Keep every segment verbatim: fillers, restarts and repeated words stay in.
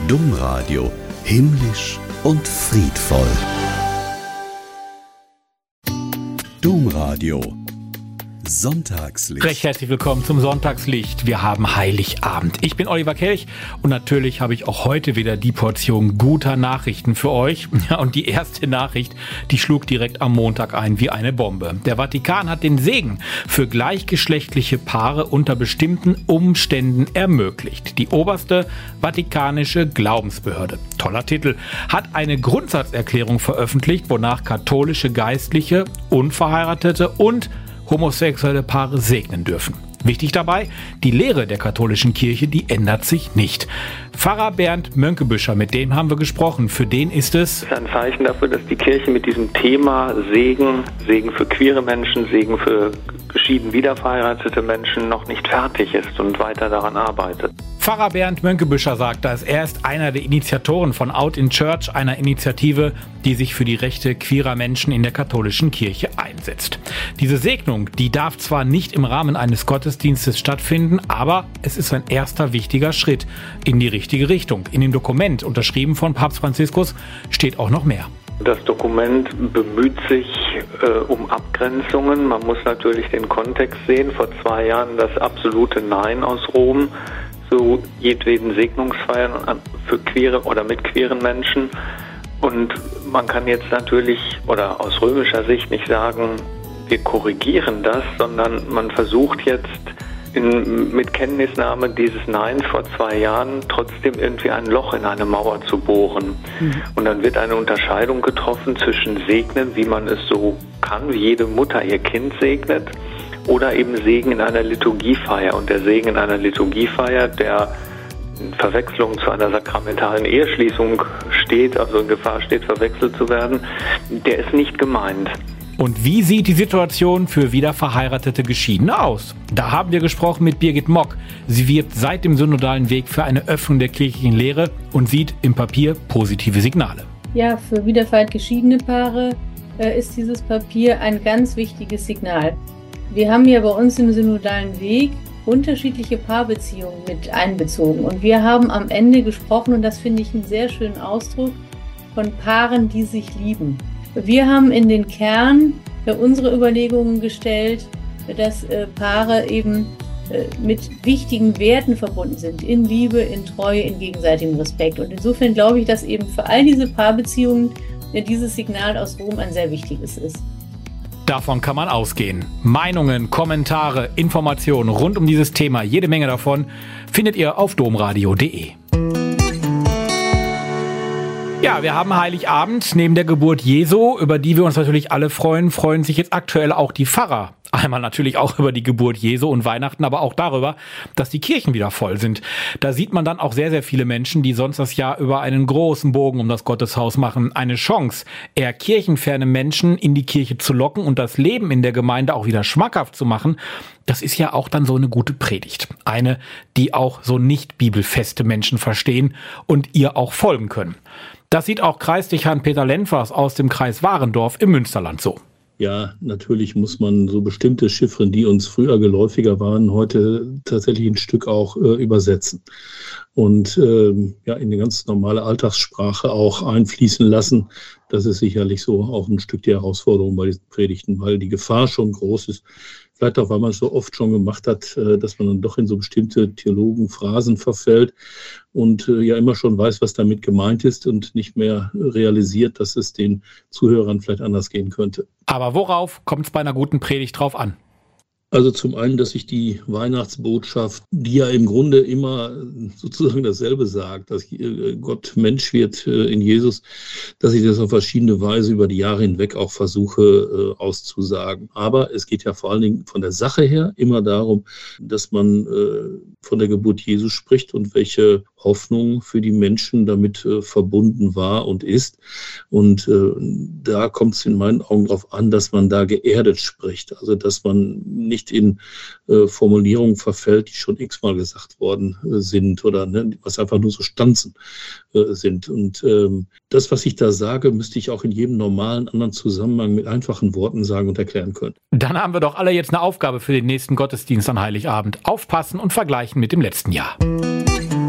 Domradio. Himmlisch und friedvoll. Domradio. Sonntagslicht. Recht herzlich willkommen zum Sonntagslicht. Wir haben Heiligabend. Ich bin Oliver Kelch und natürlich habe ich auch heute wieder die Portion guter Nachrichten für euch. Ja, und die erste Nachricht, die schlug direkt am Montag ein wie eine Bombe. Der Vatikan hat den Segen für gleichgeschlechtliche Paare unter bestimmten Umständen ermöglicht. Die oberste vatikanische Glaubensbehörde, toller Titel, hat eine Grundsatzerklärung veröffentlicht, wonach katholische Geistliche, Unverheiratete und homosexuelle Paare segnen dürfen. Wichtig dabei, die Lehre der katholischen Kirche, die ändert sich nicht. Pfarrer Bernd Mönkebüscher, mit dem haben wir gesprochen. Für den ist es ein Zeichen dafür, dass die Kirche mit diesem Thema Segen, Segen für queere Menschen, Segen für geschieden wiederverheiratete Menschen noch nicht fertig ist und weiter daran arbeitet. Pfarrer Bernd Mönkebüscher sagt das. Er ist einer der Initiatoren von Out in Church, einer Initiative, die sich für die Rechte queerer Menschen in der katholischen Kirche einsetzt. Diese Segnung, die darf zwar nicht im Rahmen eines Gottesdienstes stattfinden, aber es ist ein erster wichtiger Schritt in die richtige Richtung. In dem Dokument, unterschrieben von Papst Franziskus, steht auch noch mehr. Das Dokument bemüht sich äh, um Abgrenzungen. Man muss natürlich den Kontext sehen. Vor zwei Jahren das absolute Nein aus Rom zu jedweden Segnungsfeiern für queere oder mit queeren Menschen. Und man kann jetzt natürlich oder aus römischer Sicht nicht sagen, wir korrigieren das, sondern man versucht jetzt in, mit Kenntnisnahme dieses Neins vor zwei Jahren trotzdem irgendwie ein Loch in eine Mauer zu bohren. Mhm. Und dann wird eine Unterscheidung getroffen zwischen Segnen, wie man es so kann, wie jede Mutter ihr Kind segnet, oder eben Segen in einer Liturgiefeier. Und der Segen in einer Liturgiefeier, der in Verwechslung zu einer sakramentalen Eheschließung steht, also in Gefahr steht, verwechselt zu werden, der ist nicht gemeint. Und wie sieht die Situation für wiederverheiratete Geschiedene aus? Da haben wir gesprochen mit Birgit Mock. Sie wirbt seit dem synodalen Weg für eine Öffnung der kirchlichen Lehre und sieht im Papier positive Signale. Ja, für wiederverheiratet geschiedene Paare äh, ist dieses Papier ein ganz wichtiges Signal. Wir haben ja bei uns im synodalen Weg unterschiedliche Paarbeziehungen mit einbezogen. Und wir haben am Ende gesprochen, und das finde ich einen sehr schönen Ausdruck, von Paaren, die sich lieben. Wir haben in den Kern unsere Überlegungen gestellt, dass äh, Paare eben äh, mit wichtigen Werten verbunden sind, in Liebe, in Treue, in gegenseitigem Respekt. Und insofern glaube ich, dass eben für all diese Paarbeziehungen ja, dieses Signal aus Rom ein sehr wichtiges ist. Davon kann man ausgehen. Meinungen, Kommentare, Informationen rund um dieses Thema, jede Menge davon, findet ihr auf domradio punkt de. Ja, wir haben Heiligabend. Neben der Geburt Jesu, über die wir uns natürlich alle freuen, freuen sich jetzt aktuell auch die Pfarrer. Einmal natürlich auch über die Geburt Jesu und Weihnachten, aber auch darüber, dass die Kirchen wieder voll sind. Da sieht man dann auch sehr, sehr viele Menschen, die sonst das Jahr über einen großen Bogen um das Gotteshaus machen. Eine Chance, eher kirchenferne Menschen in die Kirche zu locken und das Leben in der Gemeinde auch wieder schmackhaft zu machen. Das ist ja auch dann so eine gute Predigt. Eine, die auch so nicht bibelfeste Menschen verstehen und ihr auch folgen können. Das sieht auch Kreisdechan Peter Lenfers aus dem Kreis Warendorf im Münsterland so. Ja, natürlich muss man so bestimmte Chiffren, die uns früher geläufiger waren, heute tatsächlich ein Stück auch äh, übersetzen und äh, ja in die ganz normale Alltagssprache auch einfließen lassen. Das ist sicherlich so auch ein Stück die Herausforderung bei diesen Predigten, weil die Gefahr schon groß ist. Vielleicht auch, weil man es so oft schon gemacht hat, dass man dann doch in so bestimmte Theologenphrasen verfällt und ja immer schon weiß, was damit gemeint ist und nicht mehr realisiert, dass es den Zuhörern vielleicht anders gehen könnte. Aber worauf kommt es bei einer guten Predigt drauf an? Also zum einen, dass ich die Weihnachtsbotschaft, die ja im Grunde immer sozusagen dasselbe sagt, dass Gott Mensch wird in Jesus, dass ich das auf verschiedene Weise über die Jahre hinweg auch versuche auszusagen. Aber es geht ja vor allen Dingen von der Sache her immer darum, dass man von der Geburt Jesus spricht und welche Hoffnung für die Menschen damit verbunden war und ist. Und da kommt es in meinen Augen darauf an, dass man da geerdet spricht. Also dass man nicht in äh, Formulierungen verfällt, die schon x-mal gesagt worden äh, sind oder ne, was einfach nur so Stanzen äh, sind. Und ähm, das, was ich da sage, müsste ich auch in jedem normalen anderen Zusammenhang mit einfachen Worten sagen und erklären können. Dann haben wir doch alle jetzt eine Aufgabe für den nächsten Gottesdienst an Heiligabend. Aufpassen und vergleichen mit dem letzten Jahr.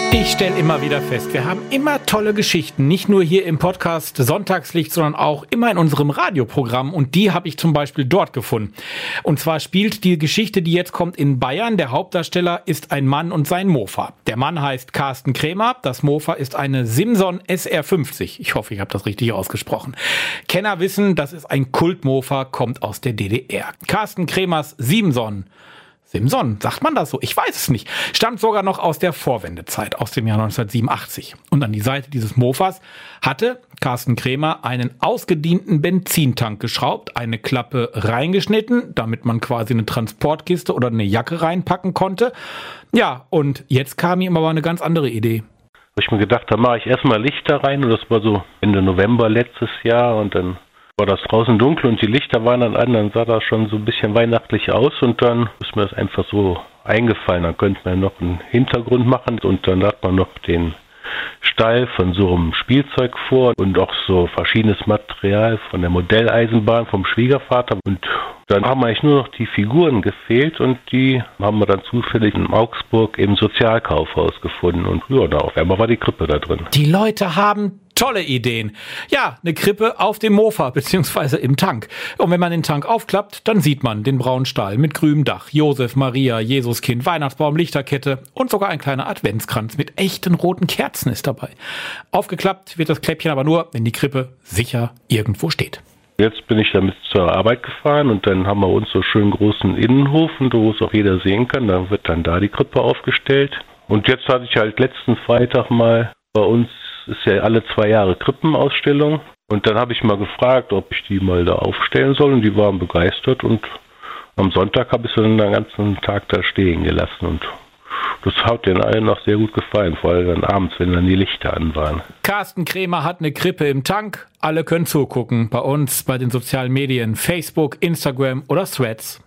Ich stelle immer wieder fest, wir haben immer tolle Geschichten, nicht nur hier im Podcast Sonntagslicht, sondern auch immer in unserem Radioprogramm, und die habe ich zum Beispiel dort gefunden. Und zwar spielt die Geschichte, die jetzt kommt, in Bayern. Der Hauptdarsteller ist ein Mann und sein Mofa. Der Mann heißt Carsten Krämer, das Mofa ist eine Simson S R fünfzig. Ich hoffe, ich habe das richtig ausgesprochen. Kenner wissen, das ist ein Kultmofa, kommt aus der D D R. Carsten Krämers Simson. Simson, sagt man das so? Ich weiß es nicht. Stammt sogar noch aus der Vorwendezeit, aus dem Jahr neunzehnhundertsiebenundachtzig. Und an die Seite dieses Mofas hatte Carsten Krämer einen ausgedienten Benzintank geschraubt, eine Klappe reingeschnitten, damit man quasi eine Transportkiste oder eine Jacke reinpacken konnte. Ja, und jetzt kam ihm aber eine ganz andere Idee. Habe ich mir gedacht, da mache ich erstmal Lichter rein, und das war so Ende November letztes Jahr, und dann war das draußen dunkel und die Lichter waren dann an, dann sah das schon so ein bisschen weihnachtlich aus, und dann ist mir das einfach so eingefallen. Dann könnte man noch einen Hintergrund machen, und dann hat man noch den Stall von so einem Spielzeug vor und auch so verschiedenes Material von der Modelleisenbahn vom Schwiegervater, und dann haben eigentlich nur noch die Figuren gefehlt, und die haben wir dann zufällig in Augsburg im Sozialkaufhaus gefunden, und ja, da auf einmal war die Krippe da drin. Die Leute haben tolle Ideen. Ja, eine Krippe auf dem Mofa beziehungsweise im Tank. Und wenn man den Tank aufklappt, dann sieht man den braunen Stall mit grünem Dach, Josef, Maria, Jesuskind, Weihnachtsbaum, Lichterkette und sogar ein kleiner Adventskranz mit echten roten Kerzen ist dabei. Aufgeklappt wird das Kläppchen aber nur, wenn die Krippe sicher irgendwo steht. Jetzt bin ich damit zur Arbeit gefahren, und dann haben wir uns so schön großen Innenhof, wo es auch jeder sehen kann. Da wird dann da die Krippe aufgestellt. Und jetzt hatte ich halt letzten Freitag mal, bei uns ist ja alle zwei Jahre Krippenausstellung, und dann habe ich mal gefragt, ob ich die mal da aufstellen soll, und die waren begeistert, und am Sonntag habe ich sie dann den ganzen Tag da stehen gelassen, und das hat den allen noch sehr gut gefallen, vor allem dann abends, wenn dann die Lichter an waren. Carsten Krämer hat eine Krippe im Tank. Alle können zugucken. Bei uns, bei den sozialen Medien, Facebook, Instagram oder Threads.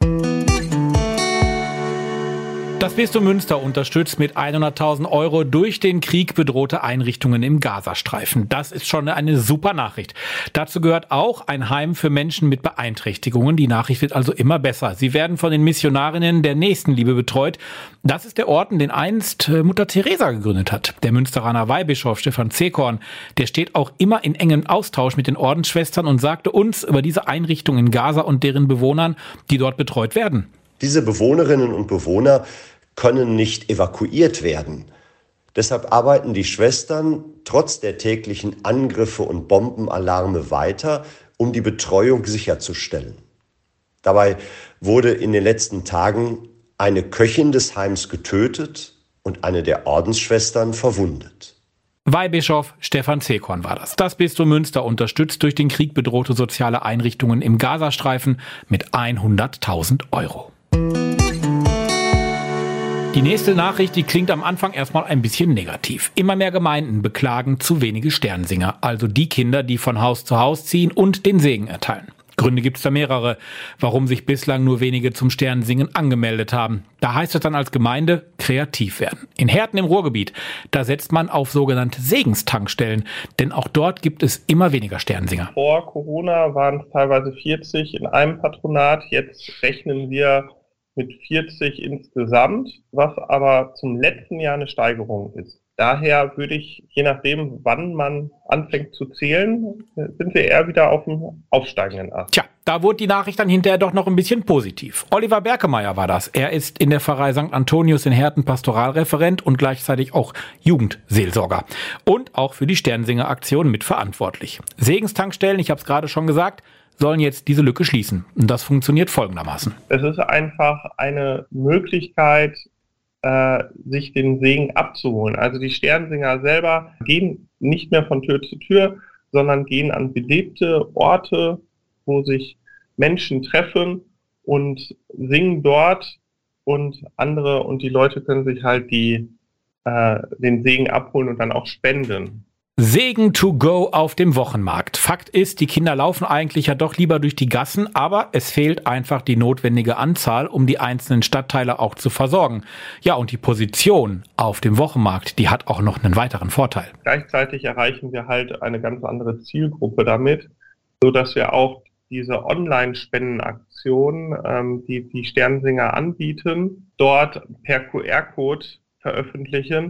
Das Bistum Münster unterstützt mit hunderttausend Euro durch den Krieg bedrohte Einrichtungen im Gazastreifen. Das ist schon eine super Nachricht. Dazu gehört auch ein Heim für Menschen mit Beeinträchtigungen. Die Nachricht wird also immer besser. Sie werden von den Missionarinnen der Nächstenliebe betreut. Das ist der Orden, den einst Mutter Teresa gegründet hat. Der Münsteraner Weihbischof Stefan Zekorn, der steht auch immer in engem Austausch mit den Ordensschwestern und sagte uns über diese Einrichtung in Gaza und deren Bewohnern, die dort betreut werden. Diese Bewohnerinnen und Bewohner können nicht evakuiert werden. Deshalb arbeiten die Schwestern trotz der täglichen Angriffe und Bombenalarme weiter, um die Betreuung sicherzustellen. Dabei wurde in den letzten Tagen eine Köchin des Heims getötet und eine der Ordensschwestern verwundet. Weihbischof Stefan Zekorn war das. Das Bistum Münster unterstützt durch den Krieg bedrohte soziale Einrichtungen im Gazastreifen mit hunderttausend Euro. Die nächste Nachricht, die klingt am Anfang erstmal ein bisschen negativ. Immer mehr Gemeinden beklagen zu wenige Sternsinger, also die Kinder, die von Haus zu Haus ziehen und den Segen erteilen. Gründe gibt es da mehrere, warum sich bislang nur wenige zum Sternensingen angemeldet haben. Da heißt es dann als Gemeinde, kreativ werden. In Herten im Ruhrgebiet, da setzt man auf sogenannte Segenstankstellen, denn auch dort gibt es immer weniger Sternsinger. Vor Corona waren es teilweise vierzig in einem Patronat, jetzt rechnen wir mit vierzig insgesamt, was aber zum letzten Jahr eine Steigerung ist. Daher würde ich, je nachdem, wann man anfängt zu zählen, sind wir eher wieder auf dem aufsteigenden Ast. Tja, da wurde die Nachricht dann hinterher doch noch ein bisschen positiv. Oliver Berkemeyer war das. Er ist in der Pfarrei Sankt Antonius in Herten Pastoralreferent und gleichzeitig auch Jugendseelsorger. Und auch für die Sternsinger-Aktion mitverantwortlich. Segenstankstellen, ich habe es gerade schon gesagt, sollen jetzt diese Lücke schließen. Und das funktioniert folgendermaßen. Es ist einfach eine Möglichkeit, äh, sich den Segen abzuholen. Also die Sternsinger selber gehen nicht mehr von Tür zu Tür, sondern gehen an belebte Orte, wo sich Menschen treffen und singen dort, und andere und die Leute können sich halt die, äh, den Segen abholen und dann auch spenden. Segen to go auf dem Wochenmarkt. Fakt ist, die Kinder laufen eigentlich ja doch lieber durch die Gassen, aber es fehlt einfach die notwendige Anzahl, um die einzelnen Stadtteile auch zu versorgen. Ja, und die Position auf dem Wochenmarkt, die hat auch noch einen weiteren Vorteil. Gleichzeitig erreichen wir halt eine ganz andere Zielgruppe damit, so dass wir auch diese Online-Spendenaktion, ähm, die die Sternsinger anbieten, dort per Q R-Code veröffentlichen,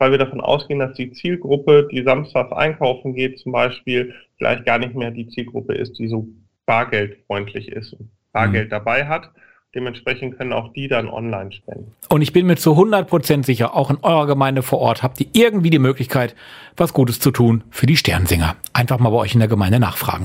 weil wir davon ausgehen, dass die Zielgruppe, die samstags einkaufen geht zum Beispiel, vielleicht gar nicht mehr die Zielgruppe ist, die so bargeldfreundlich ist und Bargeld mhm. dabei hat. Dementsprechend können auch die dann online spenden. Und ich bin mir zu hundert Prozent sicher, auch in eurer Gemeinde vor Ort habt ihr irgendwie die Möglichkeit, was Gutes zu tun für die Sternsinger. Einfach mal bei euch in der Gemeinde nachfragen.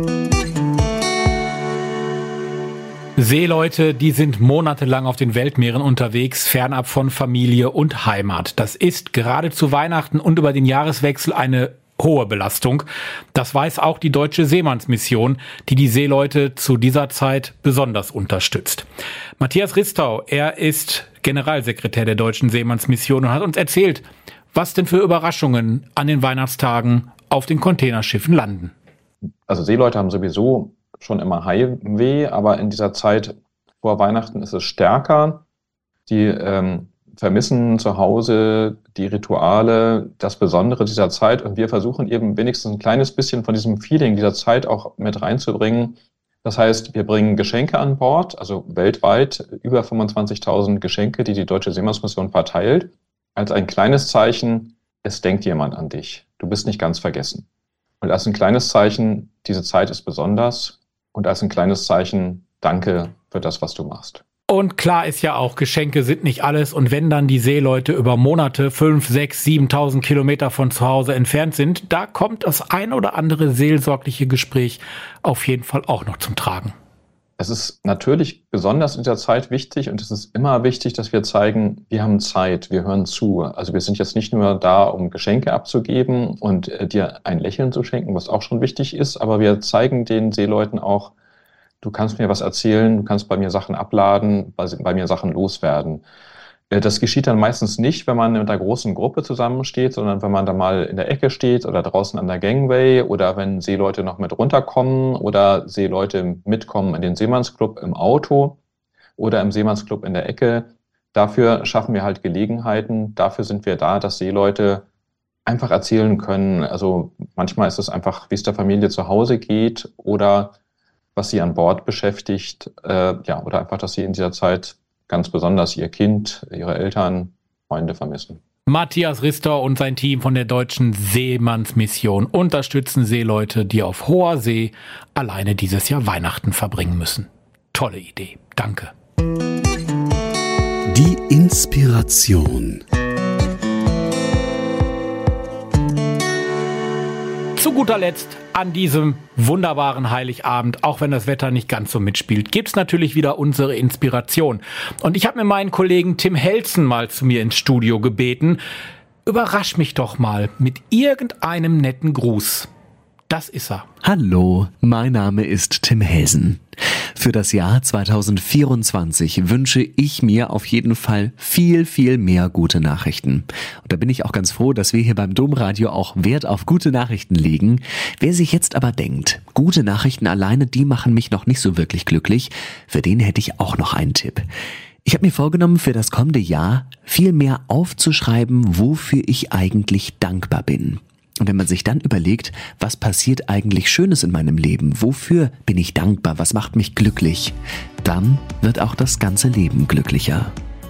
Seeleute, die sind monatelang auf den Weltmeeren unterwegs, fernab von Familie und Heimat. Das ist gerade zu Weihnachten und über den Jahreswechsel eine hohe Belastung. Das weiß auch die Deutsche Seemannsmission, die die Seeleute zu dieser Zeit besonders unterstützt. Matthias Ristau, er ist Generalsekretär der Deutschen Seemannsmission und hat uns erzählt, was denn für Überraschungen an den Weihnachtstagen auf den Containerschiffen landen. Also Seeleute haben sowieso schon immer Heimweh, aber in dieser Zeit vor Weihnachten ist es stärker. Die ähm, vermissen zu Hause die Rituale, das Besondere dieser Zeit, und wir versuchen eben wenigstens ein kleines bisschen von diesem Feeling dieser Zeit auch mit reinzubringen. Das heißt, wir bringen Geschenke an Bord, also weltweit über fünfundzwanzigtausend Geschenke, die die Deutsche Seemannsmission verteilt, als ein kleines Zeichen, es denkt jemand an dich, du bist nicht ganz vergessen. Und als ein kleines Zeichen, diese Zeit ist besonders, und als ein kleines Zeichen, danke für das, was du machst. Und klar ist ja auch, Geschenke sind nicht alles, und wenn dann die Seeleute über Monate fünf, sechs, siebentausend Kilometer von zu Hause entfernt sind, da kommt das ein oder andere seelsorgliche Gespräch auf jeden Fall auch noch zum Tragen. Es ist natürlich besonders in dieser Zeit wichtig, und es ist immer wichtig, dass wir zeigen, wir haben Zeit, wir hören zu. Also wir sind jetzt nicht nur da, um Geschenke abzugeben und äh, dir ein Lächeln zu schenken, was auch schon wichtig ist, aber wir zeigen den Seeleuten auch, du kannst mir was erzählen, du kannst bei mir Sachen abladen, bei, bei mir Sachen loswerden. Das geschieht dann meistens nicht, wenn man mit einer großen Gruppe zusammensteht, sondern wenn man da mal in der Ecke steht oder draußen an der Gangway oder wenn Seeleute noch mit runterkommen oder Seeleute mitkommen in den Seemannsclub im Auto oder im Seemannsclub in der Ecke. Dafür schaffen wir halt Gelegenheiten, dafür sind wir da, dass Seeleute einfach erzählen können. Also manchmal ist es einfach, wie es der Familie zu Hause geht oder was sie an Bord beschäftigt, äh, ja, oder einfach, dass sie in dieser Zeit ganz besonders ihr Kind, ihre Eltern, Freunde vermissen. Matthias Ristau und sein Team von der Deutschen Seemannsmission unterstützen Seeleute, die auf hoher See alleine dieses Jahr Weihnachten verbringen müssen. Tolle Idee. Danke. Die Inspiration. Zu guter Letzt an diesem wunderbaren Heiligabend, auch wenn das Wetter nicht ganz so mitspielt, gibt's natürlich wieder unsere Inspiration. Und ich habe mir meinen Kollegen Tim Helsen mal zu mir ins Studio gebeten. Überrasch mich doch mal mit irgendeinem netten Gruß. Das ist er. Hallo, mein Name ist Tim Helsen. Für das Jahr zwanzig vierundzwanzig wünsche ich mir auf jeden Fall viel, viel mehr gute Nachrichten. Und da bin ich auch ganz froh, dass wir hier beim Domradio auch Wert auf gute Nachrichten legen. Wer sich jetzt aber denkt, gute Nachrichten alleine, die machen mich noch nicht so wirklich glücklich, für den hätte ich auch noch einen Tipp. Ich habe mir vorgenommen, für das kommende Jahr viel mehr aufzuschreiben, wofür ich eigentlich dankbar bin. Und wenn man sich dann überlegt, was passiert eigentlich Schönes in meinem Leben, wofür bin ich dankbar, was macht mich glücklich, dann wird auch das ganze Leben glücklicher.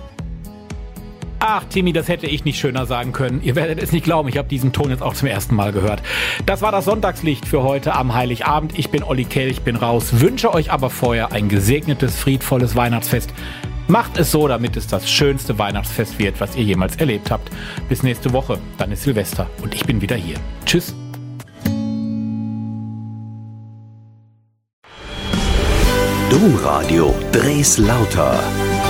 Ach, Timmy, das hätte ich nicht schöner sagen können. Ihr werdet es nicht glauben, ich habe diesen Ton jetzt auch zum ersten Mal gehört. Das war das Sonntagslicht für heute am Heiligabend. Ich bin Olli Kelch, bin raus, wünsche euch aber vorher ein gesegnetes, friedvolles Weihnachtsfest. Macht es so, damit es das schönste Weihnachtsfest wird, was ihr jemals erlebt habt. Bis nächste Woche, dann ist Silvester und ich bin wieder hier. Tschüss. Domradio Dres Lauter.